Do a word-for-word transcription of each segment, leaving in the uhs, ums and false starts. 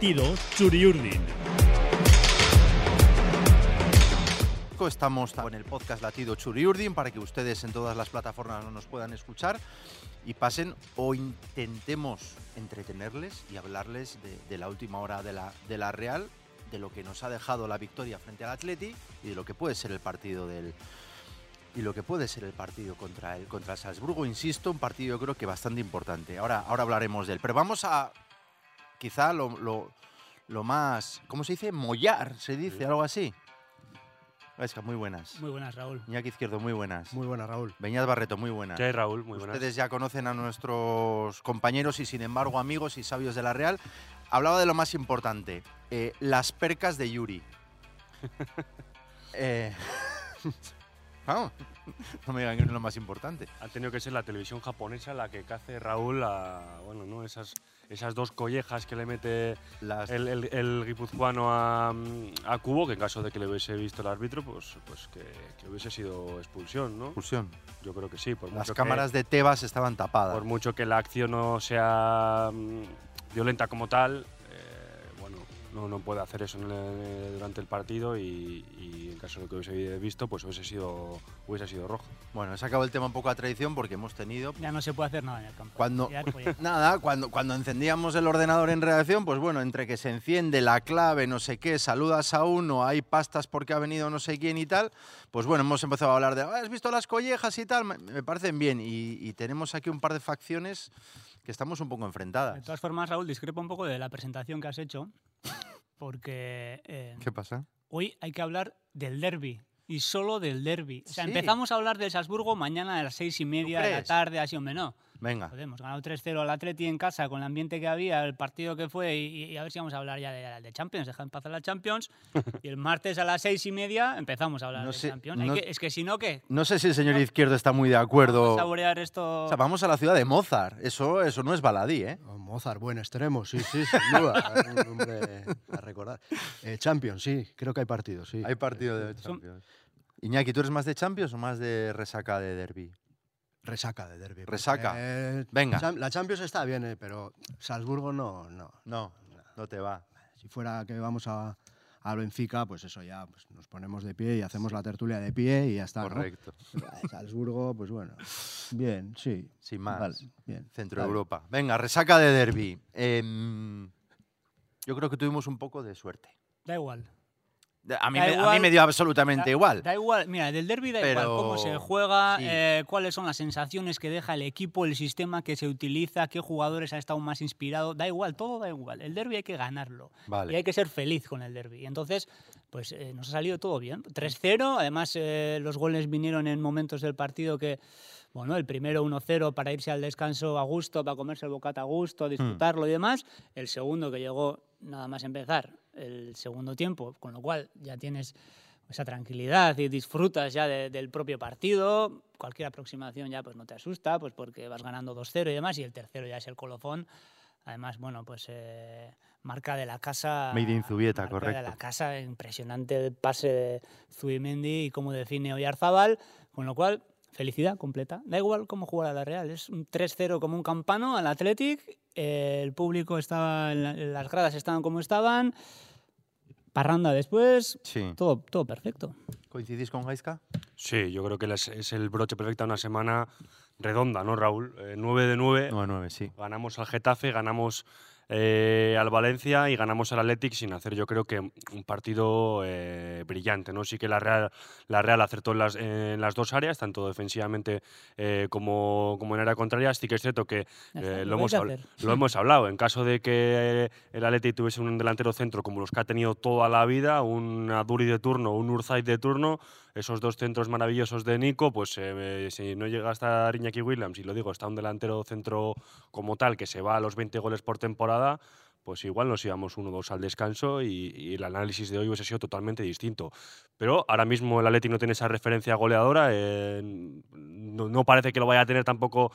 Latido Txuri-Urdin. Estamos con el podcast Latido Txuri-Urdin para que ustedes en todas las plataformas nos puedan escuchar y pasen o intentemos entretenerles y hablarles de, de la última hora de la, de la Real, de lo que nos ha dejado la victoria frente al Atleti y de lo que puede ser el partido del y lo que puede ser el partido contra el contra el Salzburgo. Insisto, un partido yo creo que bastante importante. Ahora, ahora hablaremos de él, pero vamos a quizá lo, lo, lo más, ¿cómo se dice? Mollar, se dice, sí. Algo así. Vesca, muy buenas. Muy buenas, Raúl. Iñaki Izquierdo, muy buenas. Muy buenas, Raúl. Beñat Barreto, muy buenas. ¿Qué hay, Raúl? Muy buenas. Ustedes ya conocen a nuestros compañeros y, sin embargo, amigos y sabios de la Real. Hablaba de lo más importante, eh, las percas de Yuri. eh, vamos, no me digan que no es lo más importante. Ha tenido que ser la televisión japonesa la que cace Raúl a, bueno, ¿no? esas, esas dos collejas que le mete Las... el, el, el guipuzcoano a, a Cubo, que en caso de que le hubiese visto el árbitro, pues, pues que, que hubiese sido expulsión, ¿no? Expulsión. Yo creo que sí. Por Las mucho cámaras que, de Tebas estaban tapadas. Por mucho que la acción no sea um, violenta como tal, eh, bueno, no, no puede hacer eso en el, durante el partido y, y en caso de que hubiese visto, pues hubiese sido, hubiese sido rojo. Bueno, se acabó el tema un poco a tradición porque hemos tenido… Ya no se puede hacer nada en el campo. Cuando, nada, cuando, cuando encendíamos el ordenador en redacción, pues bueno, entre que se enciende la clave, no sé qué, saludas a uno, hay pastas porque ha venido no sé quién y tal, pues bueno, hemos empezado a hablar de, ¿has visto las collejas y tal? Me, me parecen bien y, y tenemos aquí un par de facciones que estamos un poco enfrentadas. De todas formas, Raúl, discrepo un poco de la presentación que has hecho porque… Eh, ¿Qué pasa? Hoy hay que hablar del derbi. Y solo del derbi. O sea, sí. Empezamos a hablar del Salzburgo mañana a las seis y media de la tarde, así, hombre, no. Venga. Joder, hemos ganado tres cero al Atleti en casa con el ambiente que había, el partido que fue, y, y a ver si vamos a hablar ya de, de Champions, deja de pasar la Champions. Y el martes a las seis y media empezamos a hablar no de sé, Champions. No, que, es que si no, ¿qué? No sé si el señor no, Izquierdo está muy de acuerdo. Vamos a saborear esto. O sea, vamos a la ciudad de Mozart. Eso, eso no es baladí, ¿eh? Oh, Mozart, buen extremo, sí, sí, sin duda. Un hombre a recordar. Eh, Champions, sí, creo que hay partido, sí. Hay partido de Champions. Iñaki, ¿tú eres más de Champions o más de resaca de derbi? Resaca de derbi. Resaca. Eh, Venga. La Champions está bien, eh, pero Salzburgo no, no. No, no, no te va. Si fuera que vamos a, a Benfica, pues eso ya, pues nos ponemos de pie y hacemos la tertulia de pie y ya está. Correcto. ¿No? Salzburgo, pues bueno, bien, sí. Sin más. Vale, bien. Centro vale. Europa. Venga, resaca de derbi. Eh, yo creo que tuvimos un poco de suerte. Da igual. A mí, me, igual, a mí me dio absolutamente da, igual. Da igual, mira, del derbi da Pero, igual cómo se juega, sí. eh, cuáles son las sensaciones que deja el equipo, el sistema que se utiliza, qué jugadores han estado más inspirados, da igual, todo da igual. El derbi hay que ganarlo vale. y hay que ser feliz con el derbi. Y entonces, pues eh, nos ha salido todo bien. tres cero, además eh, los goles vinieron en momentos del partido que… Bueno, el primero uno cero para irse al descanso a gusto, para comerse el bocata a gusto, disfrutarlo mm. y demás. El segundo que llegó nada más empezar el segundo tiempo, con lo cual ya tienes esa tranquilidad y disfrutas ya de, del propio partido. Cualquier aproximación ya pues no te asusta, pues porque vas ganando dos cero y demás. Y el tercero ya es el colofón. Además, bueno, pues eh, marca de la casa… Made in Zubieta, marca correcto. de la casa, impresionante el pase de Zubimendi y cómo define Oyarzabal, con lo cual… Felicidad completa. Da igual cómo jugar a la Real. Es un tres cero como un campano al Athletic. Eh, el público estaba, en la, las gradas estaban como estaban. Parranda después. Sí. Todo, todo perfecto. ¿Coincidís con Gaizka? Sí, yo creo que es el broche perfecto de una semana redonda, ¿no, Raúl? Eh, nueve de nueve. nueve nueve, sí. Ganamos al Getafe, ganamos eh, al Valencia y ganamos al Athletic sin hacer, yo creo que un partido eh, brillante, ¿no? Sí que la Real, la Real acertó en las, en las dos áreas, tanto defensivamente eh, como, como en área contraria. Sí que es cierto que eh, lo, hemos lo hemos hablado. En caso de que el Athletic tuviese un delantero centro como los que ha tenido toda la vida, un Aduri de turno, un Urzaiz de turno, esos dos centros maravillosos de Nico, pues eh, si no llega hasta Iñaki Williams, y lo digo, está un delantero centro como tal que se va a los veinte goles por temporada, pues igual nos íbamos uno dos al descanso y, y el análisis de hoy hubiese sido totalmente distinto. Pero ahora mismo el Athletic no tiene esa referencia goleadora, eh, no, no parece que lo vaya a tener tampoco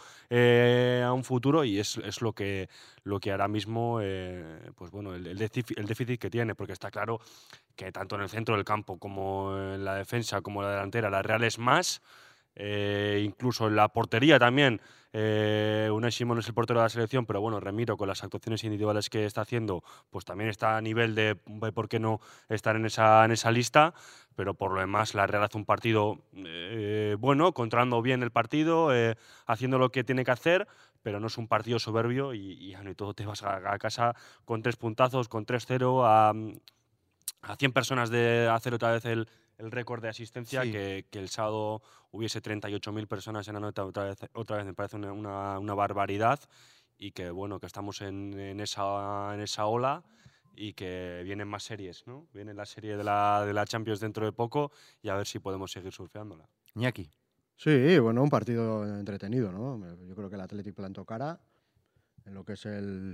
eh, a un futuro y es, es lo que lo que ahora mismo, eh, pues bueno, el, el, déficit, el déficit que tiene, porque está claro que tanto en el centro del campo como en la defensa como en la delantera, la Real es más. Eh, incluso en la portería también. Eh, Unai Simón es el portero de la selección, pero bueno, Remiro, con las actuaciones individuales que está haciendo, pues también está a nivel de, de por qué no estar en esa, en esa lista. Pero por lo demás, la Real hace un partido eh, bueno, controlando bien el partido, eh, haciendo lo que tiene que hacer, pero no es un partido soberbio y, y, y todo te vas a, a casa con tres puntazos, con tres cero, a, a cien personas de hacer otra vez el, el récord de asistencia, Sí. que, que el sábado hubiese treinta y ocho mil personas en Anoeta otra vez, otra vez me parece una, una, una barbaridad, y que bueno, que estamos en, en, esa, en esa ola y que vienen más series, ¿no? Viene la serie de la, de la Champions dentro de poco y a ver si podemos seguir surfeándola. Iñaki. Sí, bueno, un partido entretenido, ¿no? Yo creo que el Athletic plantó cara en lo que es el,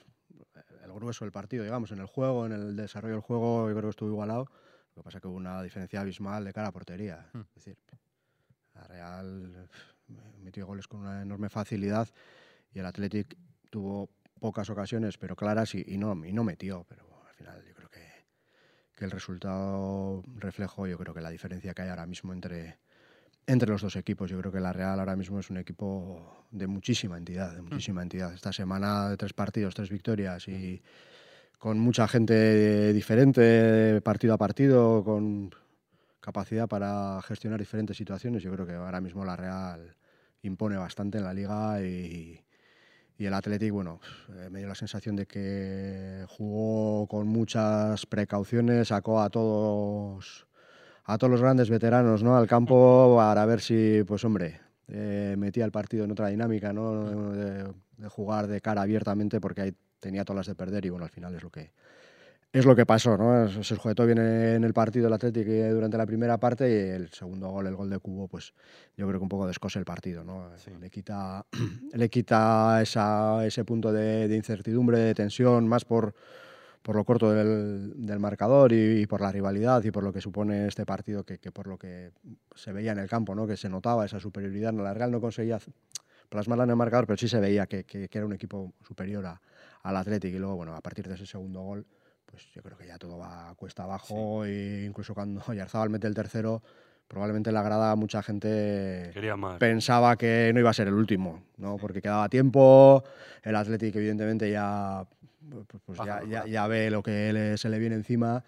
el grueso del partido, digamos, en el juego, en el desarrollo del juego, yo creo que estuvo igualado. Lo que pasa es que hubo una diferencia abismal de cara a portería. Hmm. Es decir, la Real metió goles con una enorme facilidad y el Athletic tuvo pocas ocasiones, pero claras, y, y, no, y no metió. Pero al final yo creo que, que el resultado reflejó, yo creo que la diferencia que hay ahora mismo entre, entre los dos equipos. Yo creo que la Real ahora mismo es un equipo de muchísima entidad, de muchísima hmm. entidad. Esta semana de tres partidos, tres victorias y con mucha gente diferente, partido a partido, con capacidad para gestionar diferentes situaciones. Yo creo que ahora mismo la Real impone bastante en la Liga y, y el Athletic, bueno, me dio la sensación de que jugó con muchas precauciones, sacó a todos, a todos los grandes veteranos, ¿no?, al campo para ver si, pues hombre, eh, metía el partido en otra dinámica, ¿no?, de, de jugar de cara abiertamente, porque ahí tenía todas las de perder y bueno, al final es lo que es lo que pasó, ¿no? Se sujetó bien en el partido el Athletic durante la primera parte y el segundo gol, el gol de Cubo, pues yo creo que un poco descose el partido, ¿no? Sí. Le quita, le quita esa, ese punto de, de incertidumbre, de tensión, más por, por lo corto del, del marcador y, y por la rivalidad y por lo que supone este partido, que, que por lo que se veía en el campo, ¿no?, que se notaba esa superioridad. La Real no conseguía plasmarla en el marcador, pero sí se veía que, que, que era un equipo superior a, al Athletic. Y luego, bueno, a partir de ese segundo gol, pues yo creo que ya todo va cuesta abajo, sí. E incluso cuando Oyarzabal mete el tercero, probablemente en la grada mucha gente Quería más, pensaba que no iba a ser el último, ¿no? Sí. Porque quedaba tiempo, el Athletic evidentemente ya, pues ya, ya, ya ve lo que le, se le viene encima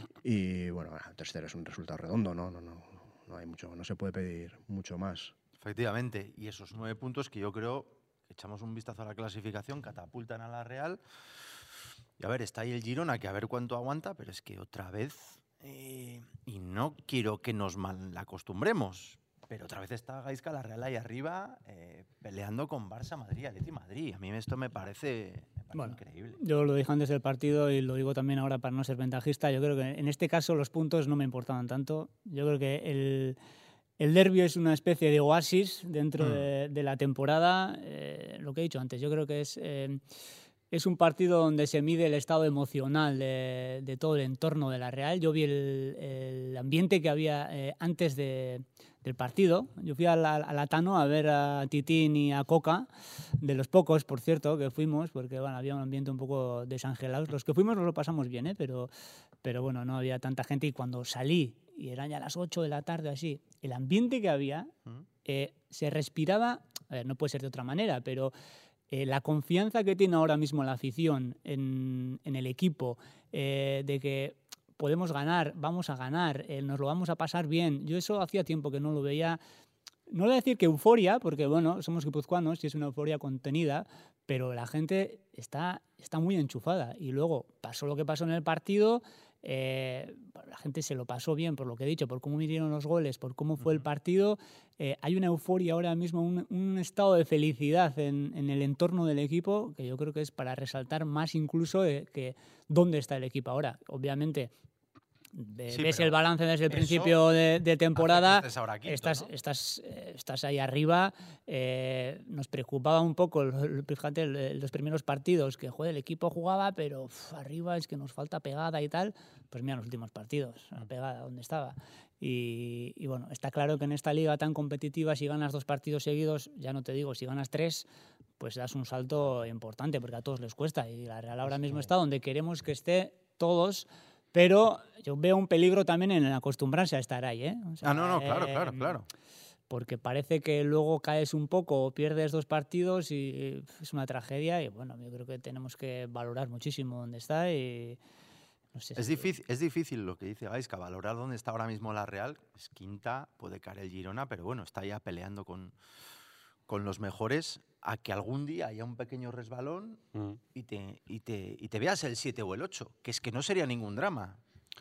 y bueno, el tercero es un resultado redondo, ¿no? No, no, no hay mucho, no se puede pedir mucho más. Efectivamente, y esos nueve puntos que yo creo, echamos un vistazo a la clasificación, catapultan a la Real. Y a ver, está ahí el Girona, que a ver cuánto aguanta, pero es que otra vez, eh, y no quiero que nos mal acostumbremos, pero otra vez está Gaizka, la Real ahí arriba, eh, peleando con Barça, Madrid, Atleti Madrid. A mí esto me parece, me parece bueno, increíble. Yo lo dije antes del partido y lo digo también ahora para no ser ventajista. Yo creo que en este caso los puntos no me importaban tanto. Yo creo que el... El derbi es una especie de oasis dentro mm. de, de la temporada. Eh, lo que he dicho antes, yo creo que es, eh, es un partido donde se mide el estado emocional de, de todo el entorno de la Real. Yo vi el, el ambiente que había eh, antes de, del partido. Yo fui a la, a la Tano a ver a Titín y a Coca, de los pocos, por cierto, que fuimos, porque bueno, había un ambiente un poco desangelado. Los que fuimos nos lo pasamos bien, ¿eh? pero, pero bueno, no había tanta gente, y cuando salí, y eran ya las ocho de la tarde así, el ambiente que había, eh, se respiraba, a ver, no puede ser de otra manera, pero eh, la confianza que tiene ahora mismo la afición en, en el equipo, eh, de que podemos ganar, vamos a ganar, eh, nos lo vamos a pasar bien. Yo eso hacía tiempo que no lo veía. No voy a decir que euforia, porque bueno, somos guipuzcoanos y es una euforia contenida, pero la gente está, está muy enchufada. Y luego pasó lo que pasó en el partido. Eh, la gente se lo pasó bien, por lo que he dicho, por cómo vinieron los goles, por cómo fue el partido. Eh, hay una euforia ahora mismo, un, un estado de felicidad en, en el entorno del equipo, que yo creo que es para resaltar más incluso eh, que dónde está el equipo ahora. Obviamente, de, sí, ves el balance desde el principio de, de temporada, quinto, estás, ¿no? estás, eh, estás ahí arriba. Eh, nos preocupaba un poco, fíjate, los primeros partidos, que joder, el equipo jugaba, pero uf, arriba es que nos falta pegada y tal. Pues mira los últimos partidos, la pegada donde estaba. Y, y bueno, está claro que en esta liga tan competitiva, si ganas dos partidos seguidos, ya no te digo, si ganas tres, pues das un salto importante, porque a todos les cuesta. Y la Real ahora mismo está donde queremos que esté todos. Pero yo veo un peligro también en acostumbrarse a estar ahí, ¿eh? O sea, ah, no, no, claro, eh, claro, claro. porque parece que luego caes un poco o pierdes dos partidos y es una tragedia. Y bueno, yo creo que tenemos que valorar muchísimo dónde está y no sé. Es si- difícil, es difícil lo que dice Gaisca, valorar dónde está ahora mismo la Real. Es quinta, puede caer el Girona, pero bueno, está ya peleando con, con los mejores, a que algún día haya un pequeño resbalón Mm. y te, y te, y te veas el siete o el ocho, que es que no sería ningún drama.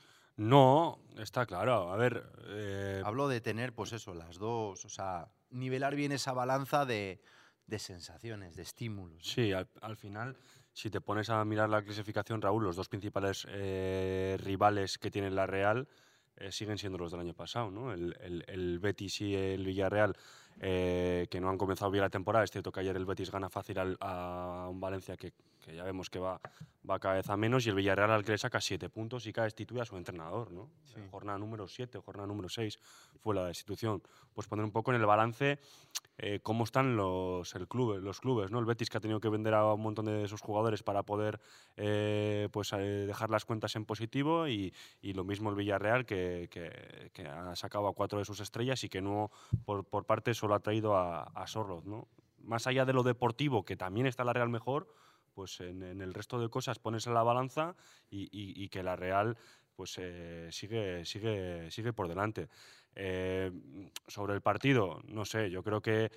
No, está claro. A ver, eh, Hablo de tener, pues eso, las dos, o sea, nivelar bien esa balanza de, de sensaciones, de estímulos. ¿no? sí, al, al final, si te pones a mirar la clasificación, Raúl, los dos principales eh, rivales que tiene la Real eh, siguen siendo los del año pasado, ¿no? El, el- el Betis y el Villarreal, eh, que no han comenzado bien la temporada. Es cierto que ayer el Betis gana fácil al- a un Valencia que, que ya vemos que va, va cada vez a menos, y el Villarreal al que le saca siete puntos y cada destituye a su entrenador, ¿no? Sí. Jornada número siete, jornada número seis fue la destitución. Pues poner un poco en el balance eh, cómo están los, el club, los clubes, ¿no? El Betis, que ha tenido que vender a un montón de sus jugadores para poder eh, pues, eh, dejar las cuentas en positivo, y, y lo mismo el Villarreal, que, que- que ha sacado a cuatro de sus estrellas y que no, por, por parte, solo ha traído a, a Sorloth, ¿no? Más allá de lo deportivo, que también está la Real mejor, pues en, en el resto de cosas pones en la balanza y, y- y que la Real pues eh, sigue, sigue, sigue por delante. Eh, sobre el partido, no sé, yo creo que,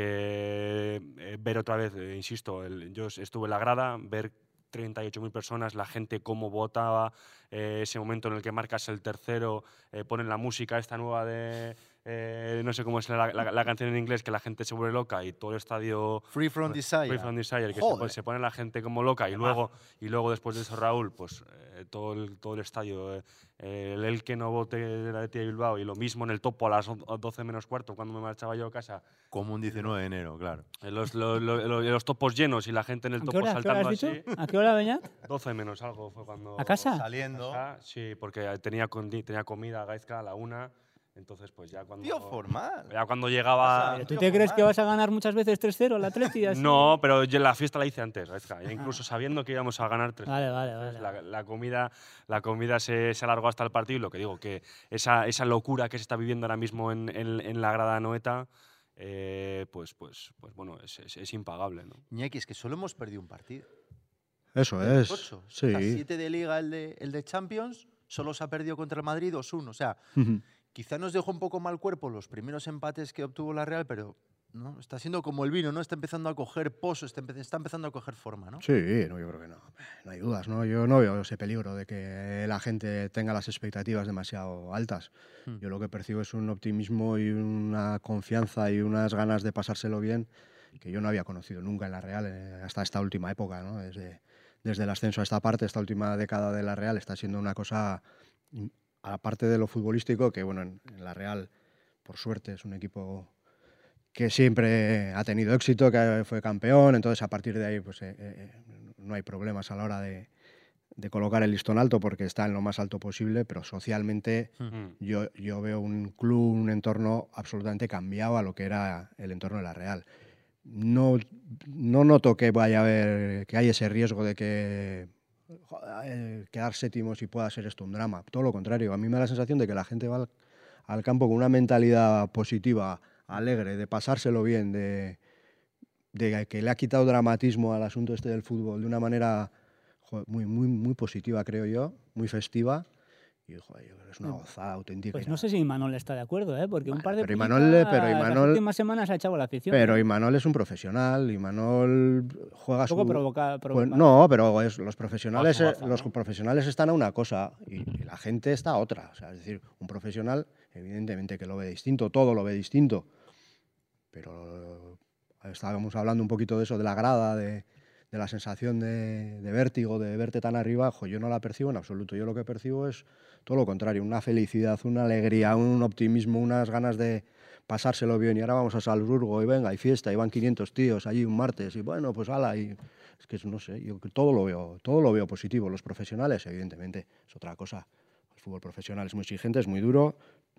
que eh, ver otra vez, eh, insisto, el- yo estuve en la grada, ver treinta y ocho mil personas, la gente cómo votaba, eh, ese momento en el que marcas el tercero, eh, ponen la música esta nueva de, eh, no sé cómo es la, la- la canción en inglés, que la gente se vuelve loca y todo el estadio... Free from Desire. Free from Desire, que se Joder. pone, se pone la gente como loca, y Temazo. luego, y luego después de eso, Raúl, pues eh, todo, el, todo el estadio, eh, el, el que no vote de la Athletic de Bilbao, y lo mismo en el topo a las o- doce menos cuarto, cuando me marchaba yo a casa, Como un diecinueve de enero, claro. eh, los, los, los- los- los topos llenos y la gente en el ¿A qué topo hora, ¿a qué hora saltando has así. dicho? ¿A qué hora, Beñat? doce menos algo fue cuando... ¿A casa? Saliendo. Ah, sí, porque tenía, condi- tenía comida Gaizka a la una, entonces pues ya cuando... Tío formal. Ya cuando llegaba... ¿Pero tú tío te crees que formal. vas a ganar muchas veces tres cero al Atleti? así? No, pero yo la fiesta la hice antes, Gaizka, ya incluso sabiendo que íbamos a ganar tres. Vale, vale, Entonces, vale. La, la comida, la comida se, se alargó hasta el partido, y lo que digo, que esa, esa locura que se está viviendo ahora mismo en, en- en la grada Anoeta, eh, pues, pues, pues bueno, es, es- es impagable, ¿no? Iñaki, es que solo hemos perdido un partido. Eso de los es. ocho. Sí. O sea, siete de Liga, el de, el de Champions, solo se ha perdido contra el Madrid dos uno. O sea, Ujú. quizá nos dejó un poco mal cuerpo los primeros empates que obtuvo la Real, pero ¿no? Está siendo como el vino, ¿no? Está empezando a coger pozo, está, empe- está empezando a coger forma, ¿no? Sí, no, yo creo que no. No hay dudas, ¿no? Yo no veo ese peligro de que la gente tenga las expectativas demasiado altas. Hmm. Yo lo que percibo es un optimismo y una confianza y unas ganas de pasárselo bien que yo no había conocido nunca en la Real eh, hasta esta última época, ¿no? Desde, desde el ascenso a esta parte, esta última década de la Real está siendo una cosa, mm, aparte de lo futbolístico, que bueno, en, en la Real, por suerte, es un equipo que siempre ha tenido éxito, que fue campeón, entonces a partir de ahí pues, eh, eh, no hay problemas a la hora de, de colocar el listón alto porque está en lo más alto posible, pero socialmente Mm. yo, yo veo un club, un entorno absolutamente cambiado a lo que era el entorno de la Real. No, no noto que vaya a haber, que hay ese riesgo de que joder, quedar séptimos y pueda ser esto un drama. Todo lo contrario, a mí me da la sensación de que la gente va al, al campo con una mentalidad positiva, alegre, de pasárselo bien, de, de que le ha quitado dramatismo al asunto este del fútbol de una manera joder, muy, muy, muy positiva, creo yo, muy festiva. Y joder, yo creo que es una gozada auténtica. Pues y no nada. sé si Imanol está de acuerdo, ¿eh? Porque un Bueno, par de pero Imanol- pero puñitas Imanol- las últimas semanas ha echado a la afición. Pero ¿eh? Imanol es un profesional, Imanol juega Un poco su... provoca, Pues provoca- no, pero es- los profesionales, Bazo, eh, bazo, los ¿no? profesionales están a una cosa y, y la gente está a otra. O sea, es decir, un profesional, evidentemente que lo ve distinto, todo lo ve distinto. Pero eh, estábamos hablando un poquito de eso, de la grada, de, de la sensación de, de vértigo, de verte tan arriba. Jo, yo no la percibo en absoluto. Yo lo que percibo es todo lo contrario, una felicidad, una alegría, un optimismo, unas ganas de pasárselo bien. Y ahora vamos a Salzburgo y venga, hay fiesta, y van quinientos tíos allí un martes y bueno, pues ala. Y es que no sé, yo que todo lo veo, todo lo veo positivo. Los profesionales, evidentemente, es otra cosa. El fútbol profesional es muy exigente, es muy duro.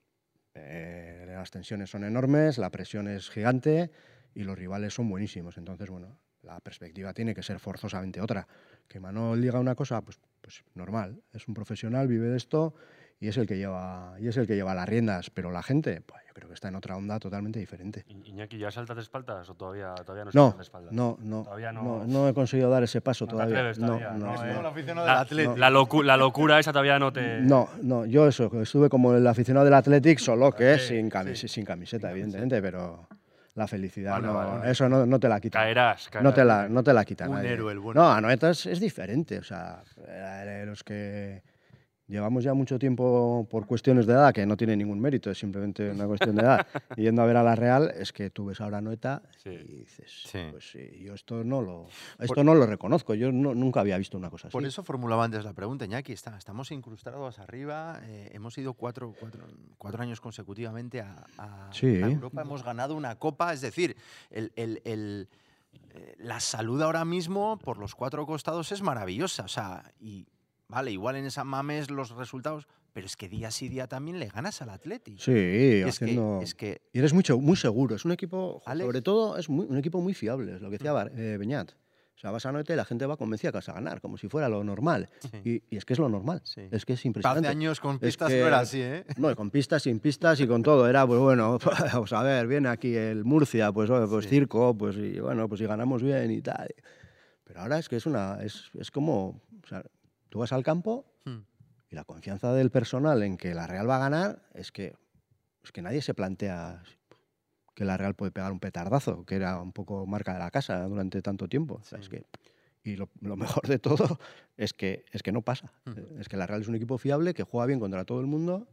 Eh, las tensiones son enormes, la presión es gigante y los rivales son buenísimos. Entonces, bueno, la perspectiva tiene que ser forzosamente otra. Que Imanol diga una cosa, pues, pues normal. Es un profesional, vive de esto y es el que lleva y es el que lleva las riendas, pero la gente, pues yo creo que está en otra onda totalmente diferente. I- Iñaki, ¿ya saltas de espaldas o todavía, todavía no No, saltas de espaldas? no, no, Todavía no- no, no he conseguido dar ese paso no te todavía. atreves todavía, no, ¿no? no, Es no. como el aficionado La, del Athletic. la, locu- la locura esa todavía no te... No, no, yo eso, estuve como el aficionado del Athletic, solo que Sí, sin, camis- sí. sin camiseta, evidentemente, pero la felicidad, Vale, no, vale, vale. eso no, no te la quita. Caerás, caerás. No te la, no te la quita Un nadie. héroe, el bueno. No, Anoeta es, es diferente, o sea, eh, los que llevamos ya mucho tiempo por cuestiones de edad, que no tiene ningún mérito, es simplemente una cuestión de edad, y yendo a ver a la Real, es que tú ves ahora a Anoeta Sí. y dices, Sí. pues sí, yo esto no lo, esto no lo reconozco, yo no- nunca había visto una cosa así. Por eso formulaba antes la pregunta, Iñaki. Está, estamos incrustados arriba. eh, hemos ido cuatro, cuatro, cuatro años consecutivamente a, a- Sí. a Europa. Hemos ganado una copa. Es decir, el, el- el, eh, la salud ahora mismo por los cuatro costados es maravillosa. O sea, y vale, igual en esa mames los resultados, pero es que día sí día también le ganas al Atleti. Sí, es, haciendo... que, es que Y eres mucho, muy seguro, es un equipo, Alex. sobre todo, es muy- un equipo muy fiable, es lo que decía Bar- eh, Beñat. O sea, vas a Anoeta y la gente va convencida que vas a ganar, como si fuera lo normal. Sí. Y, y es que es lo normal, Sí. es que es impresionante. hace años con Es pistas que- no era así, ¿eh? No, y con pistas, sin pistas y con todo. Era, pues bueno, pues a ver, viene aquí el Murcia, pues, oye, pues Sí. circo, pues y bueno, pues si ganamos bien y tal. Pero ahora es que es una, es, es como, o sea, tú vas al campo Hmm. y la confianza del personal en que la Real va a ganar es que, es que nadie se plantea que la Real puede pegar un petardazo, que era un poco marca de la casa durante tanto tiempo. O sea, Sí. es que, y lo, lo mejor de todo es que, es que no pasa. Ujú. Es que la Real es un equipo fiable, que juega bien contra todo el mundo,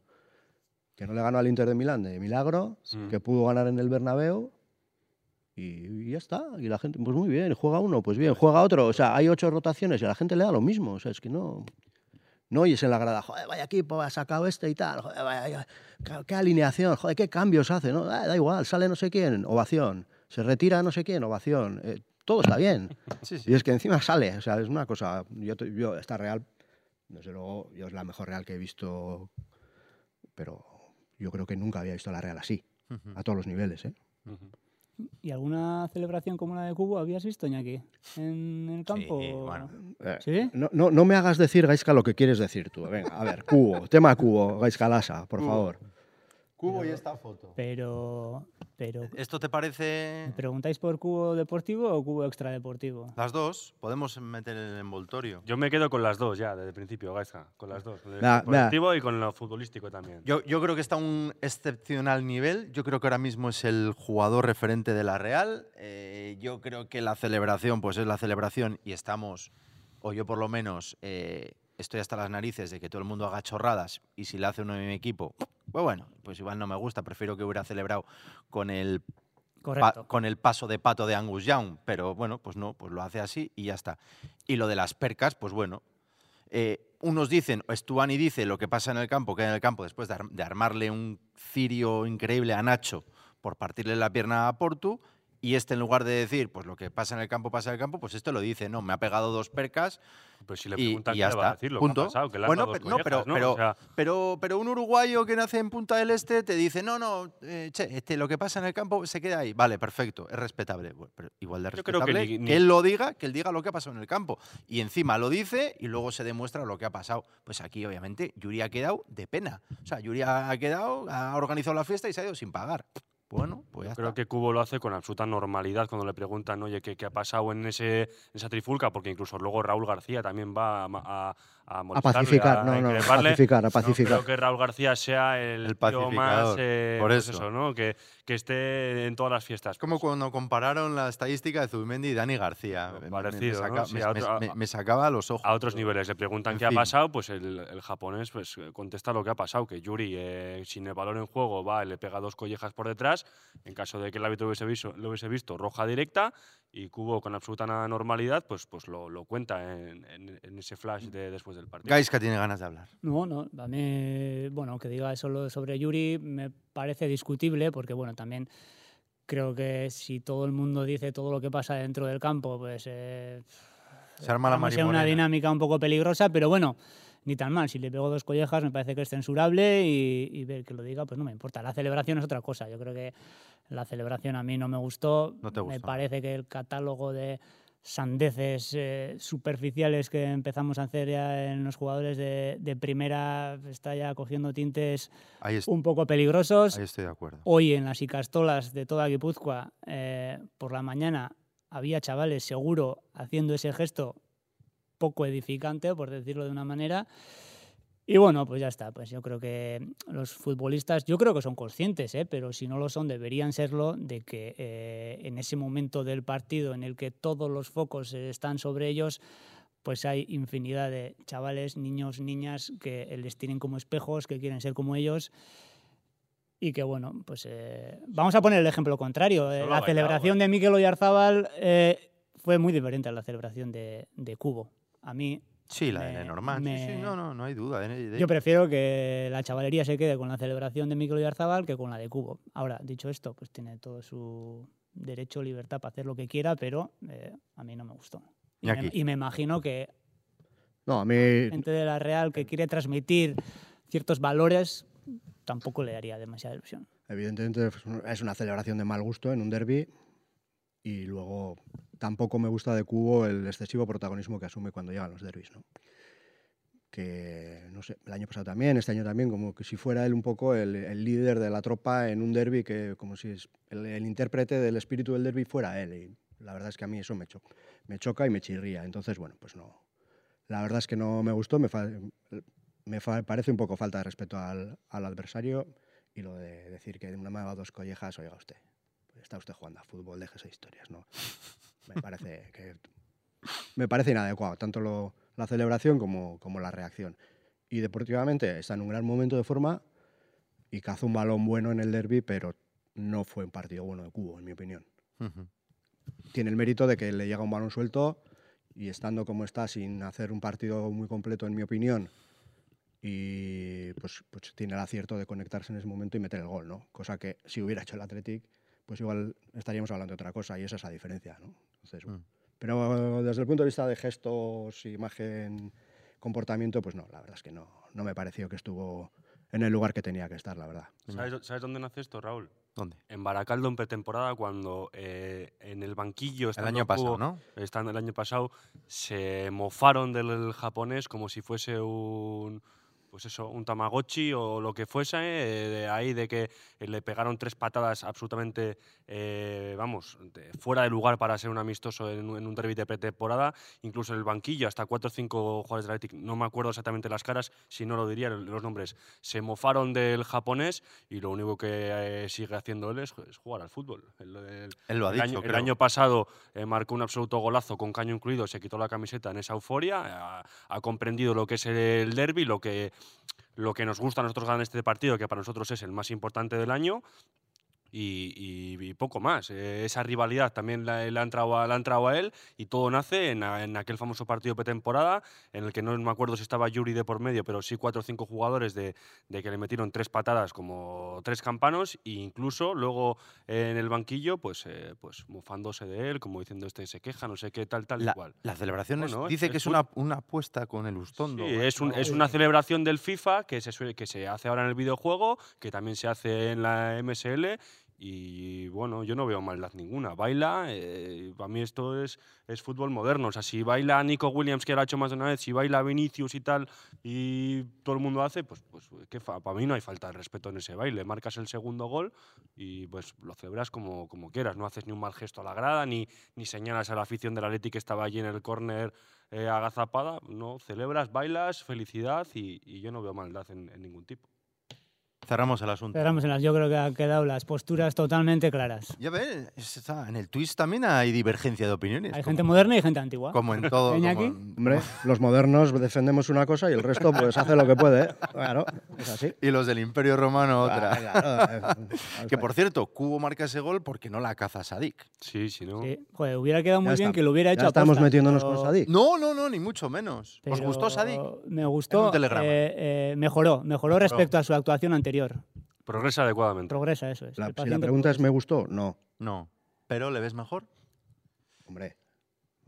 que no le ganó al Inter de Milán de milagro, Mm. que pudo ganar en el Bernabéu y, y ya está. Y la gente, pues muy bien, juega uno, pues bien, juega otro. O sea, hay ocho rotaciones y a la gente le da lo mismo. O sea, es que no... No oyes en la grada, joder, vaya equipo, ha sacado este y tal, joder, vaya, qué, qué alineación, joder, qué cambios hace, ¿no? Ah, da igual, sale no sé quién, ovación, se retira no sé quién, ovación, eh, todo está bien. Sí, sí. Y es que encima sale, o sea, es una cosa, yo, te- yo esta Real, desde luego, yo es la mejor Real que he visto, pero yo creo que nunca había visto la Real así, Ujú. a todos los niveles, ¿eh? Ujú. ¿Y alguna celebración como la de Cubo habías visto, Iñaki, en el campo? Sí, bueno. Eh, ¿Sí? No, no, no me hagas decir, Gaisca, lo que quieres decir tú. Venga, a ver, cubo, tema cubo, Gaisca Lasa, por Cubo. favor. Cubo y esta foto. Pero, pero ¿Esto te parece...? ¿me preguntáis por cubo deportivo o cubo extradeportivo? Las dos, podemos meter el envoltorio. Yo me quedo con las dos ya, desde el principio, Gaisca. Con las dos. Con el Va, va. deportivo y con lo futbolístico también. Yo, yo creo que está a un excepcional nivel. Yo creo que ahora mismo es el jugador referente de la Real. Eh, yo creo que la celebración, pues es la celebración y estamos, o yo por lo menos, eh, estoy hasta las narices de que todo el mundo haga chorradas y si le hace uno en mi equipo, pues bueno, pues igual no me gusta. Prefiero que hubiera celebrado con el pa- Correcto. con el paso de pato de Angus Young, pero bueno, pues no, pues lo hace así y ya está. Y lo de las percas, pues bueno, eh, unos dicen, o Stuani dice lo que pasa en el campo, que en el campo después de, ar- de armarle un cirio increíble a Nacho por partirle la pierna a Portu, y este en lugar de decir, pues lo que pasa en el campo, pasa en el campo, pues esto lo dice, no, me ha pegado dos percas Pues si le y, preguntan y qué ya le va a está. decir, lo Punto. que ha pasado, que le han Bueno, dado dos pero, no, pero, collejas, ¿no? pero, O sea, pero, pero un uruguayo que nace en Punta del Este te dice, no, no, eh, che, este, lo que pasa en el campo se queda ahí. Vale, perfecto, es respetable. Bueno, pero igual de Yo creo que respetable ni- que, ni- él lo diga, que él diga lo que ha pasado en el campo. Y encima lo dice y luego se demuestra lo que ha pasado. Pues aquí, obviamente, Yuri ha quedado de pena. O sea, Yuri ha quedado, ha organizado la fiesta y se ha ido sin pagar. Bueno, pues ya Creo está. que Cubo lo hace con absoluta normalidad cuando le preguntan, oye, ¿qué, qué ha pasado en, ese, en esa trifulca? Porque incluso luego Raúl García también va a, a, a A molestarle, pacificar, a no, no, a increparle. pacificar, a No pacificar. creo que Raúl García sea el, El tío más, pacificador, eh, por pues eso. ¿no? Que, que esté en todas las fiestas. Es como Pues, cuando compararon la estadística de Zubimendi y Dani García. Me- me- Parecido, me, ¿no? saca- Sí, me- a otro- me- a- me sacaba a los ojos. a otros pero- niveles. Le preguntan en qué ha fin. pasado, pues el, el japonés pues, eh, contesta lo que ha pasado, que Yuri, eh, sin el balón en juego, va y le pega dos collejas por detrás. En caso de que el árbitro hubiese visto, lo hubiese visto, roja directa, y Cubo con absoluta na- normalidad pues, pues lo, lo cuenta en, en- en ese flash de después del partido. Gaisca tiene ganas de hablar. No, no, a mí, bueno, que diga eso sobre Yuri me parece discutible porque, bueno, también creo que si todo el mundo dice todo lo que pasa dentro del campo, pues eh, Se arma la vamos a una marimorena. dinámica un poco peligrosa, pero bueno, ni tan mal. Si le pego dos collejas me parece que es censurable y, y ver que lo diga, pues no me importa. La celebración es otra cosa. Yo creo que la celebración a mí no me gustó. No te Me gustó. parece que el catálogo de sandeces eh, superficiales que empezamos a hacer ya en los jugadores de, de primera está ya cogiendo tintes Ahí, est un poco peligrosos. ahí estoy de acuerdo. Hoy en las Icastolas de toda Guipúzcoa, eh, por la mañana, había chavales seguro haciendo ese gesto poco edificante, por decirlo de una manera. Y bueno, pues ya está. Pues yo creo que los futbolistas, yo creo que son conscientes, ¿eh? Pero si no lo son, deberían serlo, de que eh, en ese momento del partido en el que todos los focos están sobre ellos, pues hay infinidad de chavales, niños, niñas que les tienen como espejos, que quieren ser como ellos. Y que bueno, pues eh, vamos a poner el ejemplo contrario. Eh, la celebración de Mikel Oyarzábal eh, fue muy diferente a la celebración de, de Cubo. A mí... Sí, la me, de Norman. me, Sí, sí, no, no, no hay duda. De, de... Yo prefiero que la chavalería se quede con la celebración de Mikel Oyarzábal que con la de Cubo. Ahora, dicho esto, pues tiene todo su derecho, libertad para hacer lo que quiera, pero eh, a mí no me gustó. Y me, y me imagino que no, a mí... gente de la Real que quiere transmitir ciertos valores tampoco le daría demasiada ilusión. Evidentemente es una celebración de mal gusto en un derbi y luego tampoco me gusta de Cubo el excesivo protagonismo que asume cuando llegan los derbis, ¿no? Que, no sé, el año pasado también, este año también, como que si fuera él un poco el, el líder de la tropa en un derbi, que como si es el, el intérprete del espíritu del derbi fuera él. Y la verdad es que a mí eso me, cho me choca y me chirría. Entonces, bueno, pues no. La verdad es que no me gustó, me, fa me fa parece un poco falta de respeto al, al adversario y lo de decir que una me ha dado dos collejas, oiga usted, pues está usted jugando a fútbol, déjese de historias, ¿no? Me parece que me parece inadecuado, tanto lo, la celebración como, como la reacción. Y deportivamente está en un gran momento de forma y cazó un balón bueno en el derbi, pero no fue un partido bueno de Cubo, en mi opinión. Uh-huh. Tiene el mérito de que le llega un balón suelto y estando como está, sin hacer un partido muy completo, en mi opinión, y pues, pues tiene el acierto de conectarse en ese momento y meter el gol, ¿no? Cosa que si hubiera hecho el Athletic, pues igual estaríamos hablando de otra cosa, y esa es la diferencia, ¿no? Entonces, mm. Pero desde el punto de vista de gestos, imagen, comportamiento, pues no, la verdad es que no, no me pareció que estuvo en el lugar que tenía que estar, la verdad. ¿Sabes, ¿sabes dónde nace esto, Raúl? ¿Dónde? En Baracaldo, en pretemporada, cuando eh, en el banquillo... El año pasado, Cubo, ¿no? Estando el año pasado, se mofaron del japonés como si fuese un... pues eso, un Tamagotchi o lo que fuese, eh, de ahí de que le pegaron tres patadas absolutamente, eh, vamos, de, fuera de lugar para ser un amistoso en, en un derbi de pretemporada, incluso en el banquillo, hasta cuatro o cinco jugadores del Athletic, no me acuerdo exactamente las caras, si no lo diría, los nombres, se mofaron del japonés y lo único que eh, sigue haciendo él es, es jugar al fútbol. El, el, él lo ha el dicho, año, creo. El año pasado eh, marcó un absoluto golazo con caño incluido, se quitó la camiseta en esa euforia, ha, ha comprendido lo que es el derbi, lo que lo que nos gusta a nosotros ganar este partido, que para nosotros es el más importante del año, y, y, y poco más. Eh, esa rivalidad también la, la, ha entrado a, la ha entrado a él, y todo nace en, a, en aquel famoso partido pretemporada, en el que no me acuerdo si estaba Yuri de por medio, pero sí cuatro o cinco jugadores de, de que le metieron tres patadas como tres campanos, e incluso luego eh, en el banquillo, pues, eh, pues mofándose de él, como diciendo este se queja, no sé qué, tal, tal, la, igual. La celebración bueno, es, dice es, que es una, una apuesta con el Ustondo. Sí, es, un, es una celebración del FIFA que se, suele, que se hace ahora en el videojuego, que también se hace en la M S L. Y bueno, yo no veo maldad ninguna. Baila, eh, para mí esto es, es fútbol moderno. O sea, si baila Nico Williams, que lo ha hecho más de una vez, si baila Vinicius y tal, y todo el mundo hace, pues, pues que para mí no hay falta de respeto en ese baile. Marcas el segundo gol y pues lo celebras como, como quieras. No haces ni un mal gesto a la grada, ni, ni señalas a la afición del Athletic que estaba allí en el córner eh, agazapada. No, celebras, bailas, felicidad y, y yo no veo maldad en, en ningún tipo. Cerramos el asunto. Cerramos en las. Yo creo que han quedado las posturas totalmente claras. Ya ves, en el twist también hay divergencia de opiniones. Hay como, gente moderna y gente antigua. Como en todo. Como en... Hombre, los modernos defendemos una cosa y el resto pues hace lo que puede. ¿eh? Claro, es así. Y los del Imperio Romano otra. Ah, claro, que por cierto, Cubo marca ese gol porque no la caza Sadik. Sí, sí, ¿no? Sí. Joder, hubiera quedado muy ya bien está. que lo hubiera hecho ya estamos aposta, metiéndonos pero... con Sadik. No, no, no, ni mucho menos. Pero ¿Os gustó Sadik? Me gustó. En un telegrama. Eh, eh, mejoró, mejoró respecto a su actuación anterior. Progresa adecuadamente. Progresa, eso es. La, si la pregunta progresa. es ¿me gustó? No. No. ¿Pero le ves mejor? Hombre,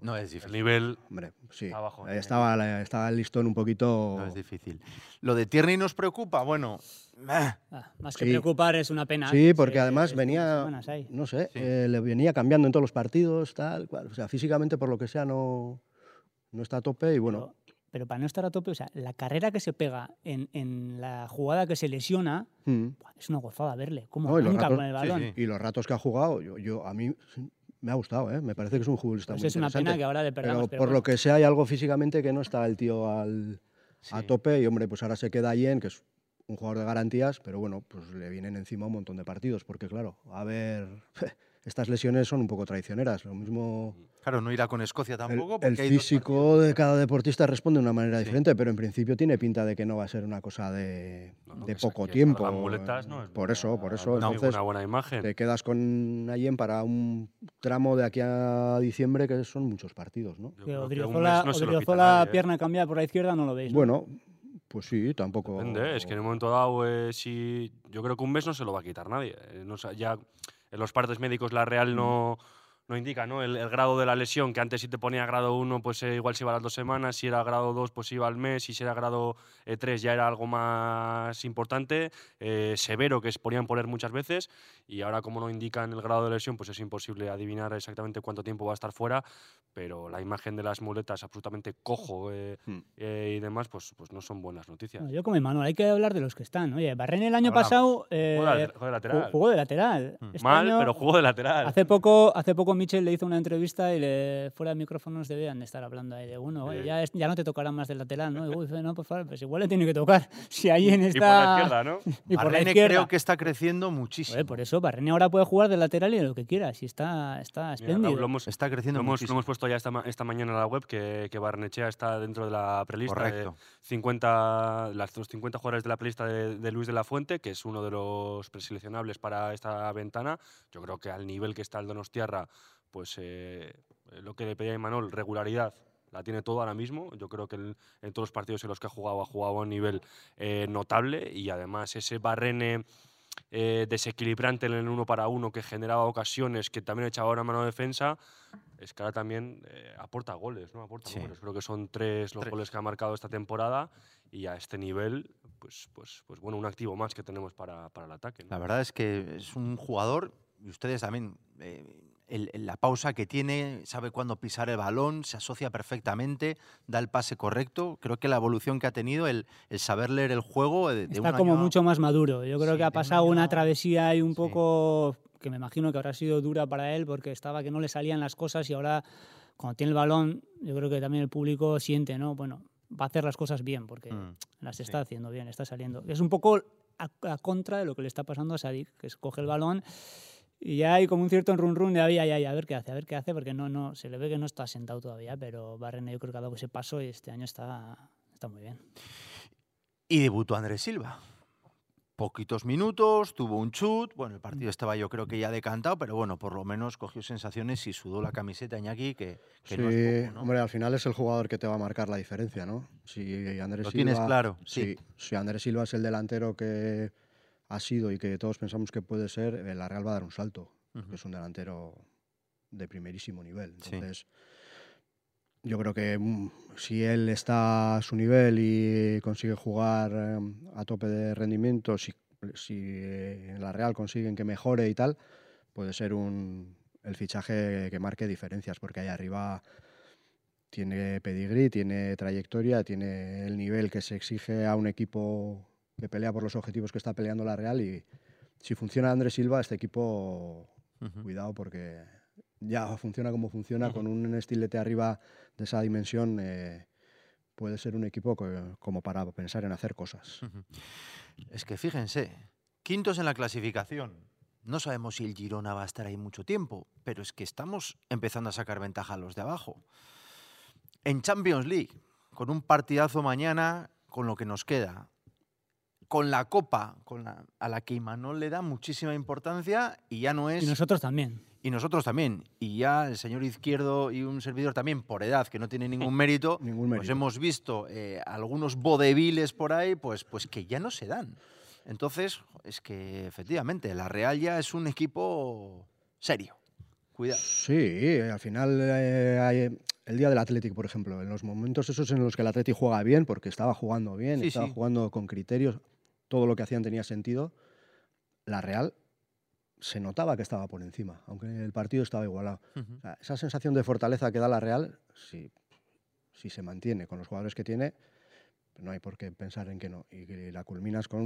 No es El difícil. nivel Hombre, sí. abajo. Ahí estaba, la- estaba el listón un poquito... No es difícil. Lo de Tierney nos preocupa, bueno. eh, Ah, más que Sí. preocupar, es una pena. Sí, que porque se- además estuvo venía, unas semanas ahí. no sé, Sí. eh, le venía cambiando en todos los partidos, tal, cual. O sea, físicamente, por lo que sea, no, no está a tope y bueno, Pero, pero para no estar a tope, o sea, la carrera que se pega en, en la jugada que se lesiona, mm. buah, es una gozada verle. Cómo No, y los arranca ratos- con el sí, balón. sí. y los ratos que ha jugado, yo, yo a mí me ha gustado, ¿eh? Me parece que es un futbolista Pues muy es una interesante. pena que ahora le perdamos. pero pero por bueno. lo que sea hay algo físicamente que no está el tío al, a Sí. tope y hombre, pues ahora se queda Allen, que es un jugador de garantías, pero bueno, pues le vienen encima un montón de partidos, porque claro, a ver, estas lesiones son un poco traicioneras, lo mismo... Claro, no irá con Escocia El, tampoco. el porque hay dos físico de cada deportista responde de una manera Sí. diferente, pero en principio tiene pinta de que no va a ser una cosa de, No, no, de que sa- poco que tiempo. salgan muletas no es por buena- eso, por eso. no es Entonces, ninguna buena imagen. te quedas con Allen para un tramo de aquí a diciembre que son muchos partidos, ¿no? Yo Que creo que un Odriozola, mes no se lo quita Odriozola nadie, ¿eh? pierna cambiada por la izquierda, no lo veis. ¿no? Bueno, pues sí, tampoco... Depende, es que en un momento dado, eh, si yo creo que un mes no se lo va a quitar nadie. Eh, no sa- ya en los partes médicos la Real no, no indica, ¿no? El, el grado de la lesión, que antes si te ponía grado uno, pues eh, igual se iba a las dos semanas, si era grado dos, pues iba al mes, y si era grado eh, tres ya era algo más importante, eh, severo, que se podían poner muchas veces, y ahora como no indican el grado de lesión, pues es imposible adivinar exactamente cuánto tiempo va a estar fuera, pero la imagen de las muletas absolutamente cojo eh, Hmm. eh, y demás, pues, pues no son buenas noticias. Bueno, yo como Manuel, hay que hablar de los que están. Oye, Barrene el año Hablamos. pasado eh, Jugó de- jugó de lateral. ju- jugó de lateral. Mm. Este Mal, año- pero jugó de lateral. Hace poco, hace poco Michel le hizo una entrevista y le, fuera de micrófonos debían de estar hablando ahí de uno, oye, Sí. ya, es- ya no te tocará más del lateral, ¿no? Y, uy, no, por favor, pues igual le tiene que tocar. Si ahí en Y está... por la izquierda, ¿no? Y por la Barrene izquierda. creo que está creciendo muchísimo. Joder, por eso, Barrene ahora puede jugar de lateral y de lo que quiera, si está, está Mira, espléndido. Raúl, lo hemos, Está creciendo lo hemos, lo muchísimo. hemos puesto ya esta, ma- esta mañana en la web, que, que Barnechea está dentro de la prelista Correcto. de cincuenta, las, los cincuenta jugadores de la prelista de, de Luis de la Fuente, que es uno de los preseleccionables para esta ventana. Yo creo que al nivel que está el Donostiarra, pues eh, lo que le pedía a Imanol, regularidad, la tiene todo ahora mismo. Yo creo que en, en todos los partidos en los que ha jugado, ha jugado a un nivel eh, notable, y además ese Barrene eh, desequilibrante en el uno para uno, que generaba ocasiones, que también echaba una mano de defensa, es que ahora también eh, aporta goles, ¿no? Aporta Sí. goles. Creo que son tres los Tres. goles que ha marcado esta temporada, y a este nivel, pues, pues, pues bueno, un activo más que tenemos para, para el ataque, ¿no? La verdad es que es un jugador, y ustedes también, eh, el- el- la pausa que tiene, sabe cuándo pisar el balón, se asocia perfectamente, da el pase correcto. Creo que la evolución que ha tenido, el, el saber leer el juego de, de un Está como año a- mucho más maduro. Yo creo Sí, que ha de un pasado año una a- travesía ahí un Sí. poco que me imagino que habrá sido dura para él porque estaba que no le salían las cosas y ahora cuando tiene el balón yo creo que también el público siente, ¿no? Bueno, va a hacer las cosas bien porque Mm, las sí. está haciendo bien, está saliendo. Es un poco a, a contra de lo que le está pasando a Sadik, que es coge el balón y ya hay como un cierto run run de ahí, ay, ay, a ver qué hace, a ver qué hace, porque no, no, se le ve que no está sentado todavía, pero Barrene yo creo que ha dado ese paso y este año está, está muy bien. Y debutó Andrés Silva. Poquitos minutos, tuvo un chut. Bueno, el partido estaba yo creo que ya decantado, pero bueno, por lo menos cogió sensaciones y sudó la camiseta Iñaki, que, que Sí, no es poco, ¿no? hombre, al final es el jugador que te va a marcar la diferencia, ¿no? Si Andrés Lo Silva, tienes claro, sí. sí. Si Andrés Silva es el delantero que ha sido y que todos pensamos que puede ser, eh, la Real va a dar un salto. Ujú. Que es un delantero de primerísimo nivel. Sí. Entonces, yo creo que mm, si él está a su nivel y consigue jugar eh, a tope de rendimiento, si, si eh, en la Real consiguen que mejore y tal, puede ser un, el fichaje que marque diferencias, porque ahí arriba tiene pedigrí, tiene trayectoria, tiene el nivel que se exige a un equipo que pelea por los objetivos que está peleando la Real, y si funciona Andrés Silva, este equipo, Ujú. cuidado, porque ya funciona como funciona, Ujú. con un estilete arriba de esa dimensión, eh, puede ser un equipo que- como para pensar en hacer cosas. Ujú. Es que fíjense, quintos en la clasificación. No sabemos si el Girona va a estar ahí mucho tiempo, pero es que estamos empezando a sacar ventaja a los de abajo. En Champions League, con un partidazo mañana, con lo que nos queda. Con la Copa, con la, a la que Imanol le da muchísima importancia y ya no es... Y nosotros también. Y nosotros también. Y ya el señor Izquierdo y un servidor también, por edad, que no tiene ningún mérito, Ningún pues mérito. hemos visto eh, algunos vodeviles por ahí, pues, pues que ya no se dan. Entonces, es que efectivamente, la Real ya es un equipo serio. Cuidado. Sí, al final eh, hay- el día del Athletic, por ejemplo, en los momentos esos en los que el Athletic juega bien, porque estaba jugando bien, Sí, estaba sí. jugando con criterios, todo lo que hacían tenía sentido, la Real se notaba que estaba por encima, aunque el partido estaba igualado. Ujú. O sea, esa sensación de fortaleza que da la Real, si, si se mantiene con los jugadores que tiene, no hay por qué pensar en que no. Y que la culminas con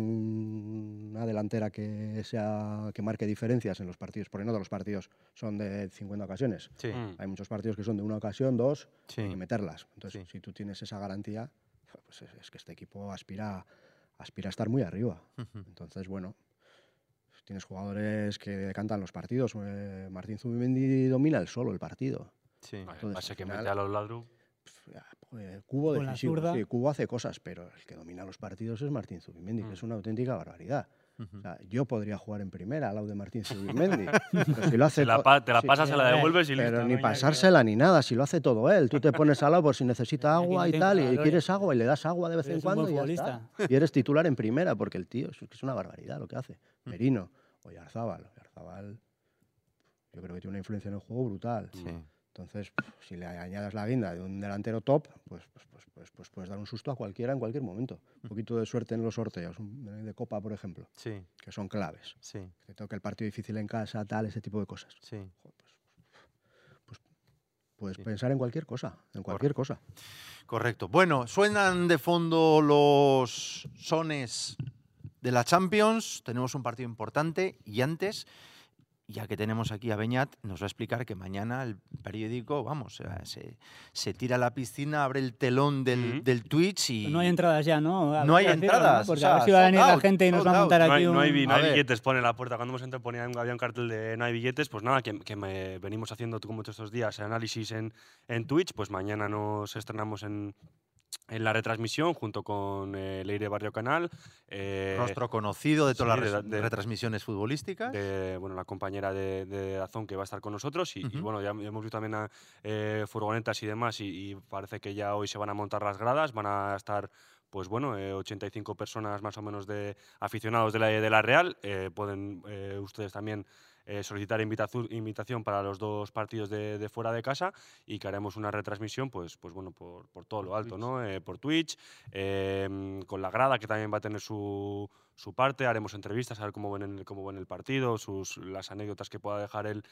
una delantera que sea que marque diferencias en los partidos, porque no todos los partidos son de cincuenta ocasiones. Sí, Mm. Hay muchos partidos que son de una ocasión, dos, sí. hay que meterlas. Entonces, Sí. si tú tienes esa garantía, pues es, es que este equipo aspira, aspira a estar muy arriba. Ujú. Entonces, bueno, tienes jugadores que decantan los partidos. Eh, Martín Zubimendi domina el solo el partido. Sí. Vale, Entonces, pase al que final- mete a los ladros. Eh, Cubo Con la decisivo, zurda. sí, Cubo hace cosas, pero el que domina los partidos es Martín Zubimendi, Mm. que es una auténtica barbaridad. Ujú. O sea, yo podría jugar en primera al lado de Martín Zubimendi. Pero si lo hace Te la, to- pa- te la sí, pasas, se la Eh, devuelves y pero listo. ni ¿no, Iñaki? pasársela ni nada, si lo hace todo él. Tú te pones al lado por si necesita Iñaki agua no y tiene tal, y jugadores. quieres agua y le das agua de vez Pero en es un cuando buen y ya futbolista. está. Y eres titular en primera, porque el tío es, es una barbaridad lo que hace. Mm. Merino o Yarzábal. Yarzábal, yo creo que tiene una influencia en el juego brutal. Sí. Entonces, si le añadas la guinda de un delantero top, pues, pues, pues, pues, pues puedes dar un susto a cualquiera en cualquier momento. Un poquito de suerte en los sorteos, un- de Copa, por ejemplo, Sí, que son claves. sí, Que te toca el partido difícil en casa, tal, ese tipo de cosas. sí. Joder, pues, pues, puedes Sí. pensar en cualquier cosa, en cualquier cosa. Correcto. Bueno, suenan de fondo los sones de la Champions. Tenemos un partido importante y antes, ya que tenemos aquí a Beñat, nos va a explicar que mañana el periódico, vamos, eh, se, se tira a la piscina, abre el telón del, Ujú. del Twitch y... No hay entradas ya, ¿no? A No ver, hay decirlo, ¿no? entradas, Porque o a ver sea, si va a sold venir la out, gente y nos sold va a out. montar No aquí hay, no hay, un... bi- no A hay ver. billetes, pone en la puerta. Cuando hemos entrado ponía un- había un cartel de no hay billetes, pues nada, que, que me venimos haciendo como todos estos días análisis en, en Twitch, pues mañana nos estrenamos en, en la retransmisión junto con eh, Leire Barrio Canal. eh, Rostro conocido de todas sí, las de- res- de- retransmisiones futbolísticas. de bueno, la compañera de, de Dazón que va a estar con nosotros y, y Ujú. bueno, ya hemos visto también a, eh, furgonetas y demás y, y parece que ya hoy se van a montar las gradas, van a estar pues bueno, eh, ochenta y cinco personas más o menos de aficionados de la, de la Real. Eh, pueden eh, ustedes también eh, solicitar invitazu- invitación para los dos partidos de, de fuera de casa y que haremos una retransmisión pues, pues bueno, por, por todo Por lo alto, Twitch. ¿no? Eh, por Twitch, eh, con la grada que también va a tener su, su parte, haremos entrevistas a ver cómo ven el, cómo ven el partido, sus, las anécdotas que pueda dejar el,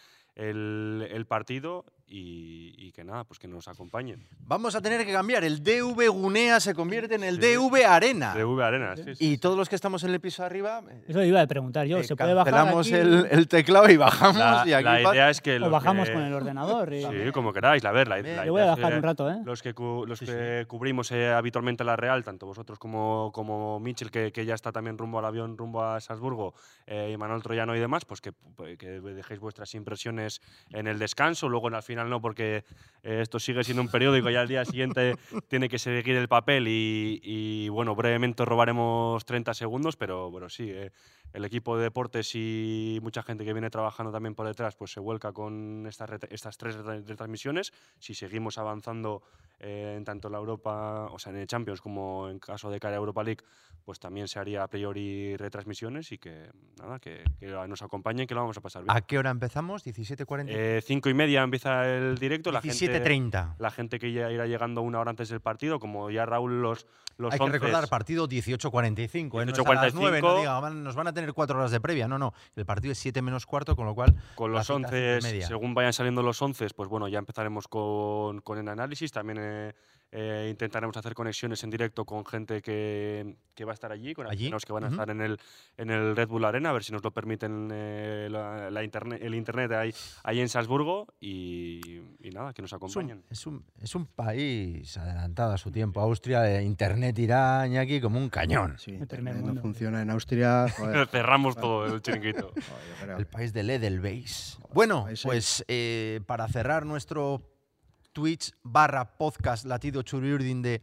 el, el partido y, y que nada, pues que nos acompañen. Vamos a tener que cambiar. El D V Gunea se convierte en el Sí. D V Arena. D V Arenas, sí, sí, Y sí. todos los que estamos en el piso arriba, eh, Eso iba a preguntar yo. eh, ¿Se puede bajar cancelamos aquí el, el teclado y bajamos. La, y aquí la pa- idea es que o los bajamos que- con el ordenador? y- Sí, como queráis, la ver, la, la Yo voy a idea es bajar que un rato, ¿eh? Los que, cu- los Sí, que cubrimos eh, habitualmente la Real, tanto vosotros como, como Mitchell, que, que ya está también rumbo al avión, rumbo a Salzburgo, eh, y Manuel Troyano y demás, pues que, pues que dejéis vuestras impresiones en el descanso, luego en al final no, porque eh, esto sigue siendo un periódico y al día siguiente tiene que seguir el papel y, y, bueno, brevemente robaremos treinta segundos, pero bueno, sí, eh, el equipo de deportes y mucha gente que viene trabajando también por detrás pues se vuelca con estas, ret- estas tres retra- retransmisiones. Si seguimos avanzando eh, en tanto la Europa, o sea, en el Champions como en caso de cara a Europa League, pues también se haría a priori retransmisiones y que nada, que, que nos acompañen, que lo vamos a pasar bien. ¿A qué hora empezamos? diecisiete cuarenta. Eh, cinco y media empieza el directo. La diecisiete gente, treinta. la gente que ya irá llegando una hora antes del partido, como ya Raúl los los Hay que once recordar, partido dieciocho cuarenta y cinco. ¿eh? No es a las dieciocho cuarenta y nueve, no cinco. diga, van- nos van a tener cuatro horas de previa. No, no. El partido es siete menos cuarto, con lo cual. Con la los cita a cinco y once, media. según vayan saliendo los once, pues bueno, ya empezaremos con, con el análisis. También eh, eh, intentaremos hacer conexiones en directo con gente que, que va a estar allí, con Allí, aficionados que van a ujú. estar en el, en el Red Bull Arena, a ver si nos lo permiten la, la, la internet, el internet ahí, ahí en Salzburgo y, y nada, que nos Es un, acompañen. es, un, es un país adelantado a su tiempo. Austria, eh, internet irá aquí como un cañón. Sí, El internet primer no mundo. funciona en Austria. Joder, Cerramos todo el chiringuito. joder, yo creo. El país del Edelweiss. Bueno, Ahí sí. pues eh, para cerrar nuestro Twitch barra podcast Latido Churiurdin de,